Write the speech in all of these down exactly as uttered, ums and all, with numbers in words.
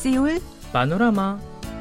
سيول بانوراما.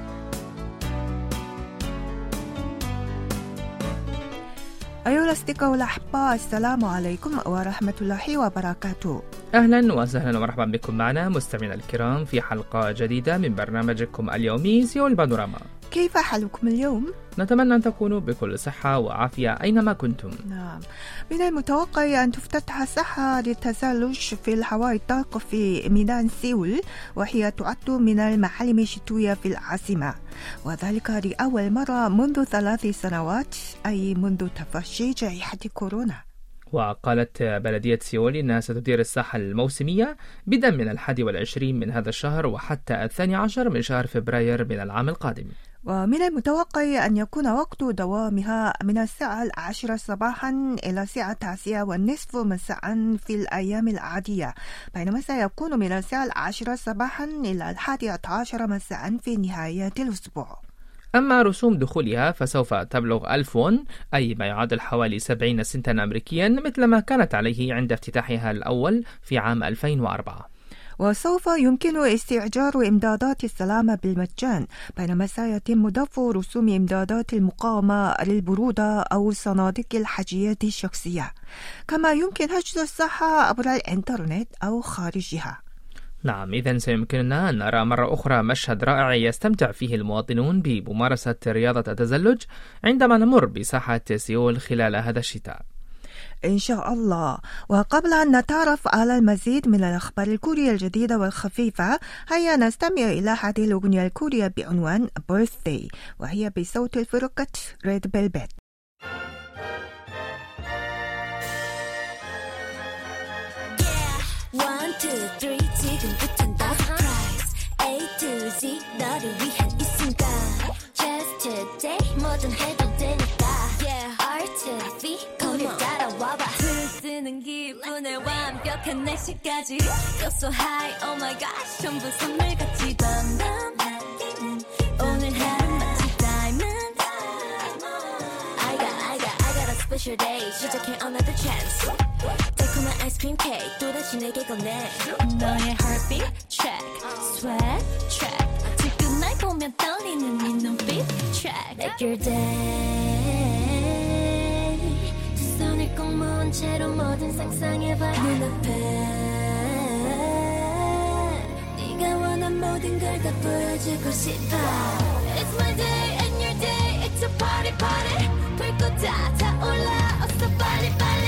أيها الأصدقاء والأحباء، السلام عليكم ورحمة الله وبركاته. أهلا وسهلا ومرحبا بكم معنا مستمعينا الكرام في حلقة جديدة من برنامجكم اليومي سيول بانوراما. كيف حالكم اليوم؟ نتمنى أن تكونوا بكل صحة وعافية أينما كنتم. نعم، من المتوقع أن تفتتح ساحة للتزلج في الهواء الطلق في ميدان سيول، وهي تعد من المعالم الشتوية في العاصمة، وذلك لأول مرة منذ ثلاث سنوات، أي منذ تفشي جائحة كورونا. وقالت بلدية سيول إنها ستدير الساحة الموسمية بدءا من الحادي والعشرين من هذا الشهر وحتى الثاني عشر من شهر فبراير من العام القادم. ومن المتوقع أن يكون وقت دوامها من الساعة العاشرة صباحا إلى الساعة التاسعة والنصف مساء في الأيام العادية، بينما سيكون من الساعة العاشرة صباحا إلى الحادية عشر مساء في نهاية الأسبوع. أما رسوم دخولها فسوف تبلغ ألف ون، أي ما يعادل حوالي سبعين سنتا أمريكيا، مثل ما كانت عليه عند افتتاحها الأول في عام ألفين وأربعة. وسوف يمكن استئجار إمدادات السلامة بالمجان، بينما سيتم دفع رسوم إمدادات المقاومة للبرودة أو الصناديق الحاجية الشخصية، كما يمكن حجز الساحة عبر الإنترنت أو خارجها. نعم، إذن سيمكننا أن نرى مرة أخرى مشهد رائع يستمتع فيه المواطنون بممارسة رياضة التزلج عندما نمر بساحة سيول خلال هذا الشتاء إن شاء الله. وقبل أن نتعرف على المزيد من الأخبار الكورية الجديدة والخفيفة، هيا نستمع إلى هذه الأغنية الكورية بعنوان Birthday، وهي بصوت الفرقة Red Velvet. One, two, three, 지금부턴 다 surprise. A to Z, 너를 위한 이 순간. Just today, 뭐든 해도 되니까. Yeah, R to V, 거길 따라와봐. 불을 쓰는 기분에 완벽한 날씨까지. Feel so high, oh my gosh, 전부 선물같이 밤밤. 오늘 하루 마치 diamond. I got, I got, I got a special day. 시작해 another chance. 달콤한 아이스크림 케이크 또다시 내게 건네. 너의 heartbeat check, sweat check. 지금 날 보면 떨리는 네 눈빛 check. Make your day. 두 손을 꼭 모은 채로 뭐든 상상해봐. 눈앞에 네가 원한 모든 걸 다 보여주고 싶어. It's my day and your day. It's a party party. 불꽃 다 타올라. 어서 빨리 빨리.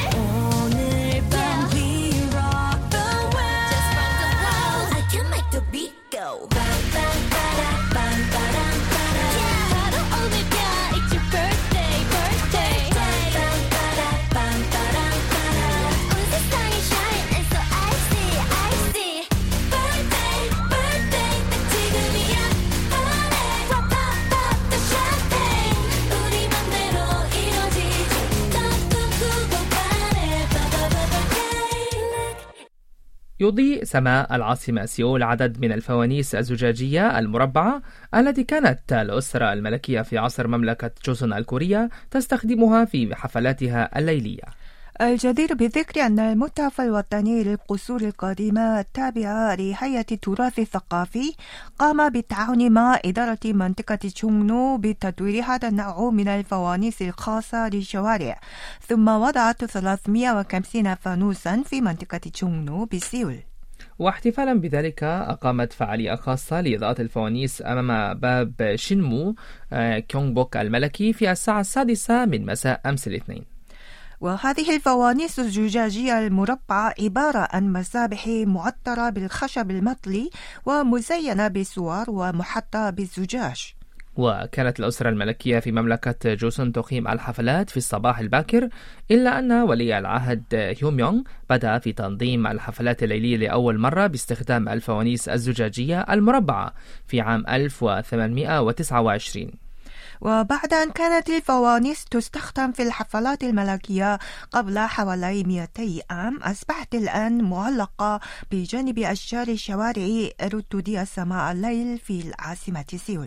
يضيء سماء العاصمة سيول عدد من الفوانيس الزجاجية المربعة التي كانت الأسرة الملكية في عصر مملكة جوسون الكورية تستخدمها في حفلاتها الليلية. الجدير بالذكر أن المتحف الوطني للقصور القديمة التابع لهيئة التراث الثقافي قام بالتعاون مع إدارة منطقة جونgnو بتدوير هذا النوع من الفوانيس الخاصة للشوارع، ثم وضعت ثلاثمئة وخمسين فانوسا في منطقة جونgnو بسيول. واحتفالا بذلك أقامت فعالية خاصة لإضاءة الفوانيس أمام باب شينمو كيونغبوك الملكي في الساعة السادسة من مساء أمس الاثنين. وهذه الفوانيس الزجاجية المربعة عبارة عن مسابح معطرة بالخشب المطلي ومزينة بصور ومحطة بالزجاج. وكانت الأسرة الملكية في مملكة جوسون تقيم الحفلات في الصباح الباكر، إلا أن ولي العهد هيوميونغ بدأ في تنظيم الحفلات الليلية لأول مرة باستخدام الفوانيس الزجاجية المربعة في عام ألف وثمانمئة وتسعة وعشرين. وبعد أن كانت الفوانيس تستخدم في الحفلات الملكية قبل حوالي مئتي عام، أصبحت الآن معلقة بجانب أشجار الشوارع تضيء سماء الليل في العاصمة سيول.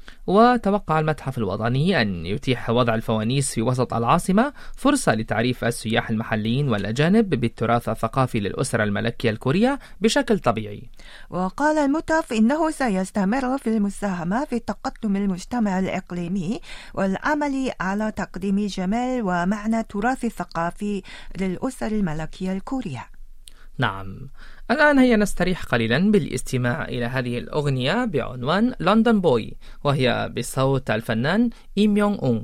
وتوقع المتحف الوطني أن يتيح وضع الفوانيس في وسط العاصمة فرصة لتعريف السياح المحليين والأجانب بالتراث الثقافي للأسرة الملكية الكورية بشكل طبيعي. وقال المتحف إنه سيستمر في المساهمة في تقدم المجتمع الإقليمي والعمل على تقديم جمال ومعنى التراث الثقافي للأسر الملكية الكورية. نعم، الآن هيا نستريح قليلا بالاستماع إلى هذه الأغنية بعنوان لندن بوي، وهي بصوت الفنان إيم يونغ أون.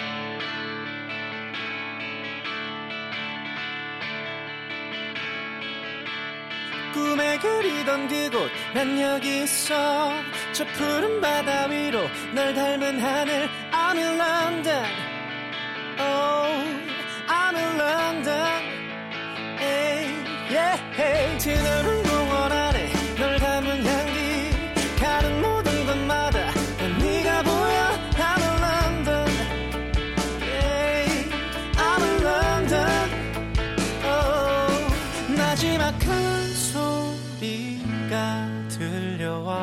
꿈에 그리던 그곳 난 여기 있어 저 푸른 바다 위로 널 닮은 하늘 I'm in London Oh I'm in London Hey yeah hey 드넓은 공원 안에 널 담은 향기 가는 모든 곳마다 난 네가 보여 I'm in London Hey I'm in London Oh 나지막한 소리가 들려와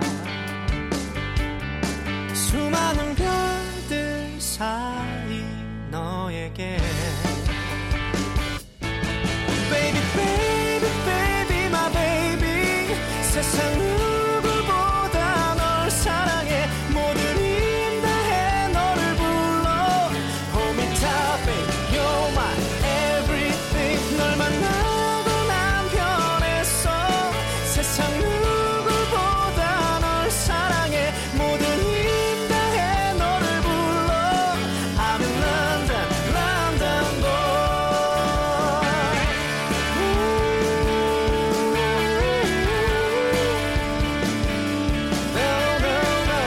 수많은 별들 사이 너에게 Baby baby baby my baby 세상 누구보다 널 사랑해 모든 힘 다해 너를 불러 Hold me tight baby You're my everything 널 만나고 난 변했어 세상 누구보다 널 사랑해 모든 힘 다해 너를 불러 I'm in London London boy No no no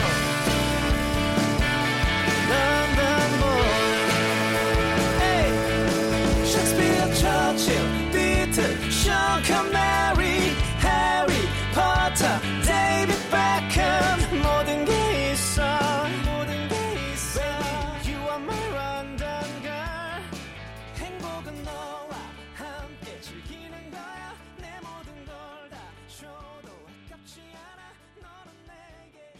London boy Hey Shakespeare Churchill Beatles Sean Connery Harry Potter David Beckham 모든 게 있어 모든 게 있어 You are my London girl 행복은 너와 함께 즐기는 거야 내 모든 걸 다 줘도 아깝지 않아 너는 내게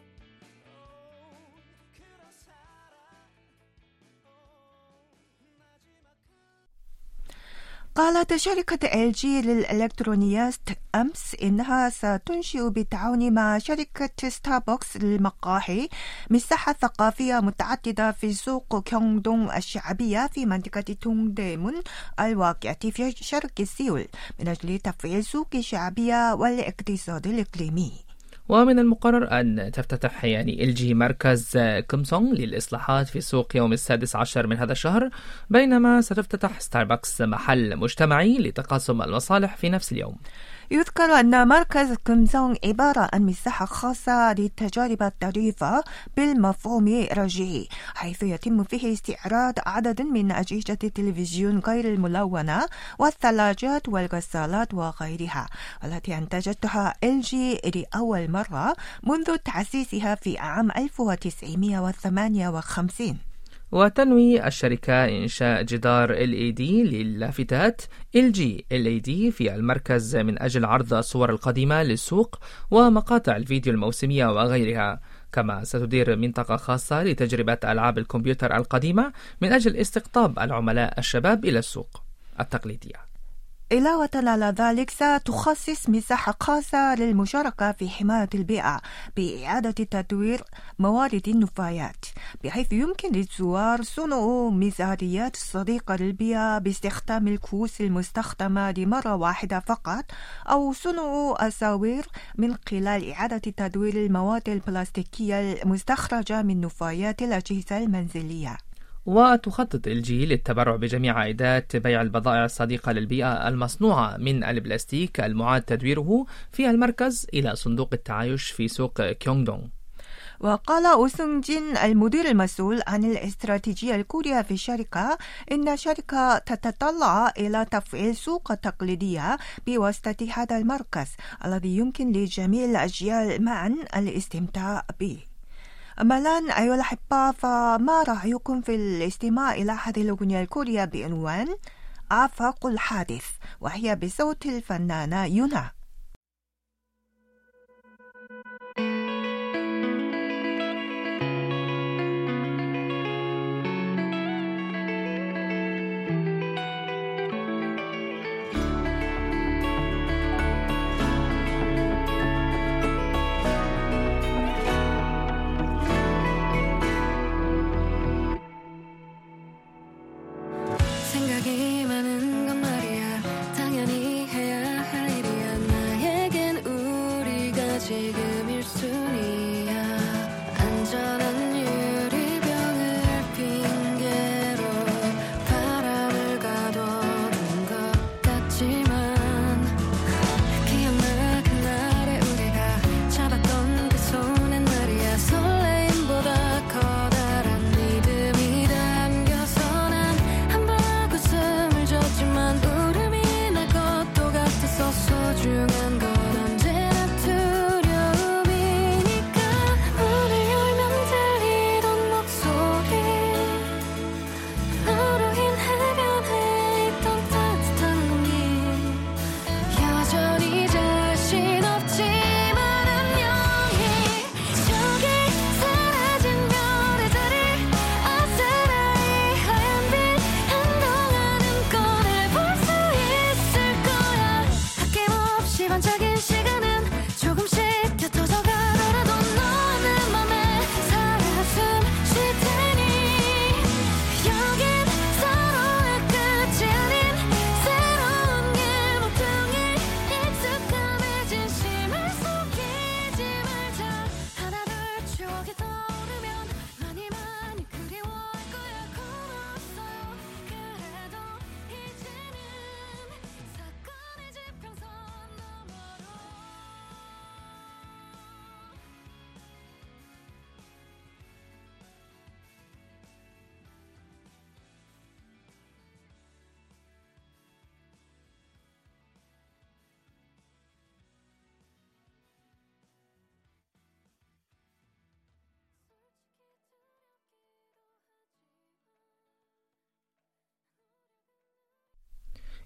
Oh 그런 사랑 Oh 마지막 قالت شركة إل جي للإلكترونيات أمس إنها ستنشئ بالتعاون مع شركة ستاربكس للمقاهي مساحة ثقافية متعددة في سوق كيونغدونغ الشعبية في منطقة دونغديmun الواقعة في شرق سيول من أجل تفعيل سوق الشعبية والاقتصاد الإقليمي. ومن المقرر أن تفتتح يعني إل جي مركز كيمسونغ للإصلاحات في السوق يوم السادس عشر من هذا الشهر، بينما ستفتتح ستاربكس محل مجتمعي لتقاسم المصالح في نفس اليوم. يذكر أن مركز كيمسونغ عبارة عن مساحة خاصة للتجارب الطريفة بالمفهوم الرجعي، حيث يتم فيه استعراض عدد من أجهزة التلفزيون غير الملونة والثلاجات والغسالات وغيرها، والتي أنتجتها إل جي لأول مرة منذ تأسيسها في عام ألف وتسعمائة وثمانية وخمسين. وتنوي الشركة إنشاء جدار إل إي دي للافتات إل جي إل إي دي في المركز من أجل عرض الصور القديمة للسوق ومقاطع الفيديو الموسمية وغيرها، كما ستدير منطقة خاصة لتجربة ألعاب الكمبيوتر القديمة من أجل استقطاب العملاء الشباب إلى السوق التقليدية. علاوة على ذلك ستخصص مساحة خاصة للمشاركة في حماية البيئة بإعادة تدوير موارد النفايات، بحيث يمكن للزوار صنع مزاريات صديقة للبيئة باستخدام الكؤوس المستخدمة لمرة واحدة فقط، أو صنع أساور من خلال إعادة تدوير المواد البلاستيكية المستخرجة من نفايات الأجهزة المنزلية. وتخطط إل جي للتبرع بجميع عائدات بيع البضائع الصديقة للبيئة المصنوعة من البلاستيك المعاد تدويره في المركز إلى صندوق التعايش في سوق كيونغدونغ. وقال أوسونجين المدير المسؤول عن الاستراتيجية الكورية في الشركة إن الشركة تتطلع إلى تفعيل سوق التقليدية بواسطة هذا المركز الذي يمكن لجميع الأجيال معا الاستمتاع به. أما الآن أيها الأحبة، فما رأيكم في الاستماع إلى هذه الأغنية الكورية بعنوان آفاق الحادث، وهي بصوت الفنانة يونا.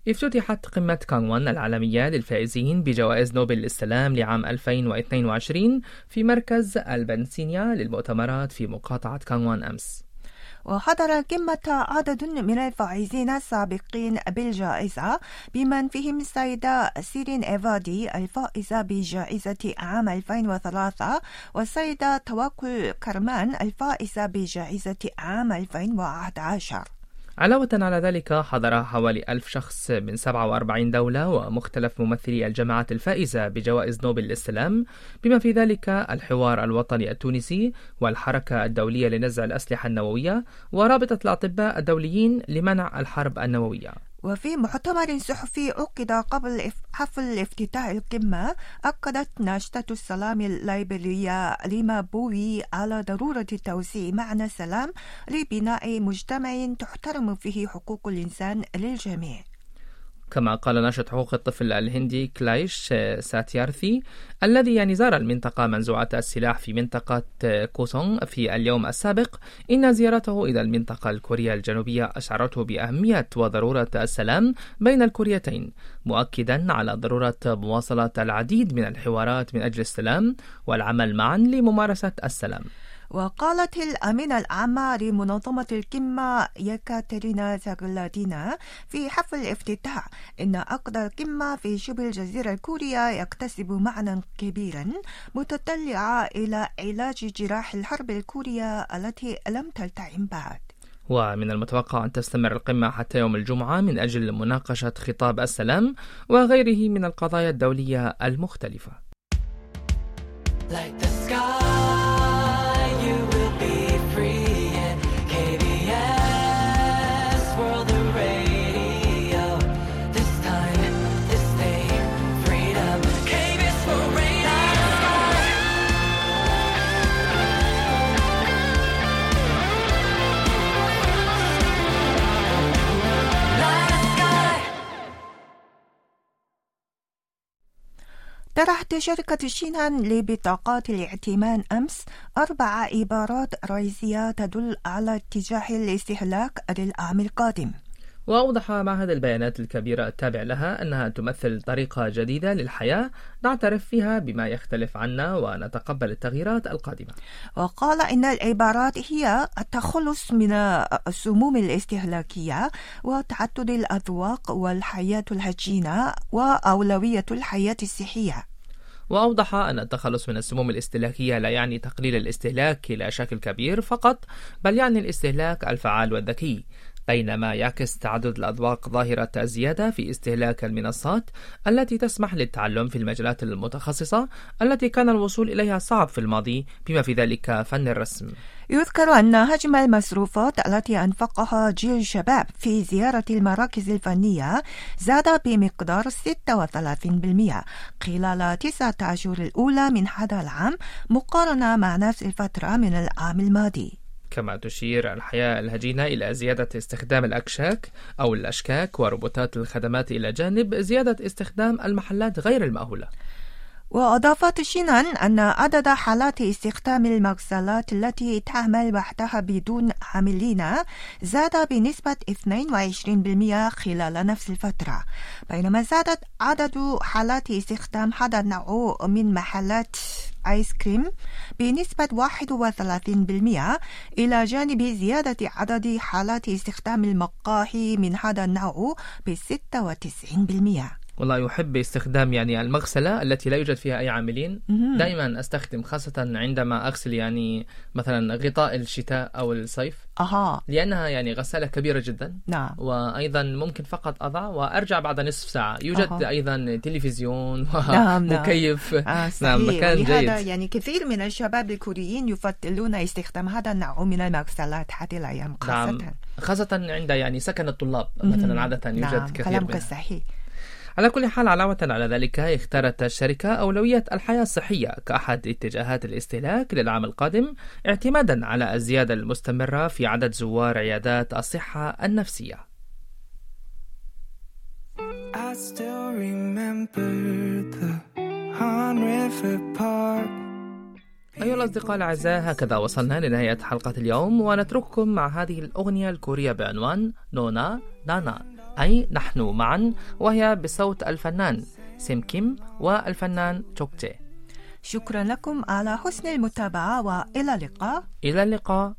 افتتحت قمة كانغوان العالمية للفائزين بجوائز نوبل للسلام لعام ألفين واثنين وعشرين في مركز البنسينيا للمؤتمرات في مقاطعة كانغوان أمس. وحضر القمة عدد من الفائزين السابقين بالجائزة بمن فيهم السيدة سيرين إيفادي الفائزة بجائزة عام ألفين وثلاثة والسيدة توكل كرمان الفائزة بجائزة عام ألفين وأحد عشر. علاوة على ذلك حضر حوالي ألف شخص من سبعة وأربعين دولة ومختلف ممثلي الجماعات الفائزة بجوائز نوبل للسلام بما في ذلك الحوار الوطني التونسي والحركة الدولية لنزع الأسلحة النووية ورابطة الأطباء الدوليين لمنع الحرب النووية. وفي مؤتمر صحفي عقد قبل حفل افتتاح القمة أكدت ناشطة السلام الليبرالية ليما بوي على ضرورة توسيع معنى السلام لبناء مجتمع تحترم فيه حقوق الإنسان للجميع. كما قال ناشط حقوق الطفل الهندي كلايش ساتيارثي الذي يعني زار المنطقة منزوعة السلاح في منطقة كوسونغ في اليوم السابق إن زيارته إلى المنطقة الكورية الجنوبية أشعرته بأهمية وضرورة السلام بين الكوريتين، مؤكدا على ضرورة مواصلة العديد من الحوارات من أجل السلام والعمل معا لممارسة السلام. وقالت الأمينة العامة لمنظمة القمة يكاترينا زاغلادينا في حفل الافتتاح إن عقد القمة في شبه الجزيرة الكورية يكتسب معنى كبيرا متطلعا إلى علاج جراح الحرب الكورية التي لم تلتئم بعد. ومن المتوقع أن تستمر القمة حتى يوم الجمعة من أجل مناقشة خطاب السلام وغيره من القضايا الدولية المختلفة. Like the sky. طرحت شركة شينان لبطاقات الائتمان أمس أربع عبارات رئيسية تدل على اتجاه الاستهلاك للعام القادم. وأوضح معهد البيانات الكبيرة التابع لها أنها تمثل طريقة جديدة للحياة نعترف فيها بما يختلف عنا ونتقبل التغييرات القادمة. وقال إن العبارات هي التخلص من السموم الاستهلاكية وتعدد الأذواق والحياة الهجينة وأولوية الحياة الصحية. وأوضح أن التخلص من السموم الاستهلاكية لا يعني تقليل الاستهلاك إلى شكل كبير فقط، بل يعني الاستهلاك الفعال والذكي، بينما يعكس تعدد الأذواق ظاهرة الزيادة في استهلاك المنصات التي تسمح للتعلم في المجالات المتخصصة التي كان الوصول إليها صعب في الماضي بما في ذلك فن الرسم. يذكر أن حجم المصروفات التي أنفقها جيل الشباب في زيارة المراكز الفنية زاد بمقدار ستة وثلاثين بالمئة خلال تسعة أشهر الأولى من هذا العام مقارنة مع نفس الفترة من العام الماضي. كما تشير الحياة الهجينة إلى زيادة استخدام الأكشاك أو الأشكاك وروبوتات الخدمات إلى جانب زيادة استخدام المحلات غير المأهولة. وأضافت شينان أن عدد حالات استخدام المغسلات التي تعمل وحدها بدون عاملين زاد بنسبة اثنين وعشرين بالمئة خلال نفس الفترة، بينما زادت عدد حالات استخدام هذا النوع من محلات آيس كريم بنسبة واحد وثلاثين بالمئة إلى جانب زيادة عدد حالات استخدام المقاهي من هذا النوع ب ستة وتسعين بالمئة. والله يحب استخدام يعني المغسلة التي لا يوجد فيها أي عاملين. دائما أستخدم خاصة عندما أغسل يعني مثلا غطاء الشتاء أو الصيف أها. لأنها يعني غسالة كبيرة جدا. نعم. وأيضا ممكن فقط أضع وأرجع بعد نصف ساعة. يوجد أها. أيضا تلفزيون ومكيف. نعم. آه نعم مكان جيد. ولهذا يعني كثير من الشباب الكوريين يفضلون استخدام هذا النوع من المغسلات هذه الأيام خاصة. نعم. خاصة عند يعني سكن الطلاب مثلا عادة يوجد نعم. كثير كلامك صحيح. على كل حال علاوة على ذلك اختارت الشركة أولوية الحياة الصحية كأحد اتجاهات الاستهلاك للعام القادم اعتمادا على الزيادة المستمرة في عدد زوار عيادات الصحة النفسية. I still remember the Han River Park. أيها الأصدقاء الأعزاء، هكذا وصلنا لنهاية حلقة اليوم ونترككم مع هذه الأغنية الكورية بعنوان نونا نانا. أي نحن معا، وهي بصوت الفنان سيم كيم والفنان جوكجي. شكرا لكم على حسن المتابعة وإلى اللقاء. إلى اللقاء.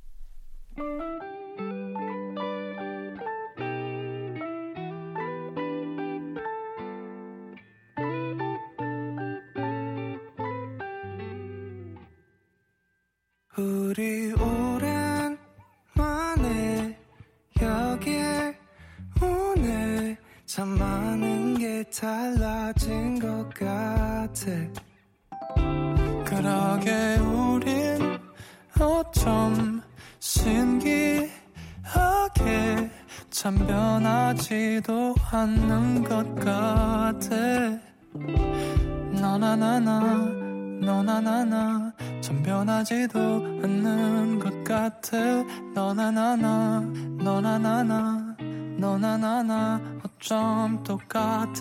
우리 오랜만에 여기에 오네. 참 많은 게 달라진 것 같아. 그러게 우린 어쩜 신기하게 참 변하지도 않는 것 같아. 너나 나나 너나 나나 참 변하지도 않는 것 같아. 너나 나나 너나 나나 너나 나나 어쩜 똑같아.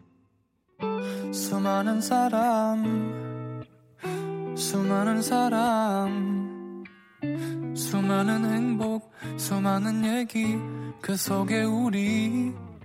수많은 사람 수많은 사람 수많은 행복 수많은 얘기 그 속에 우리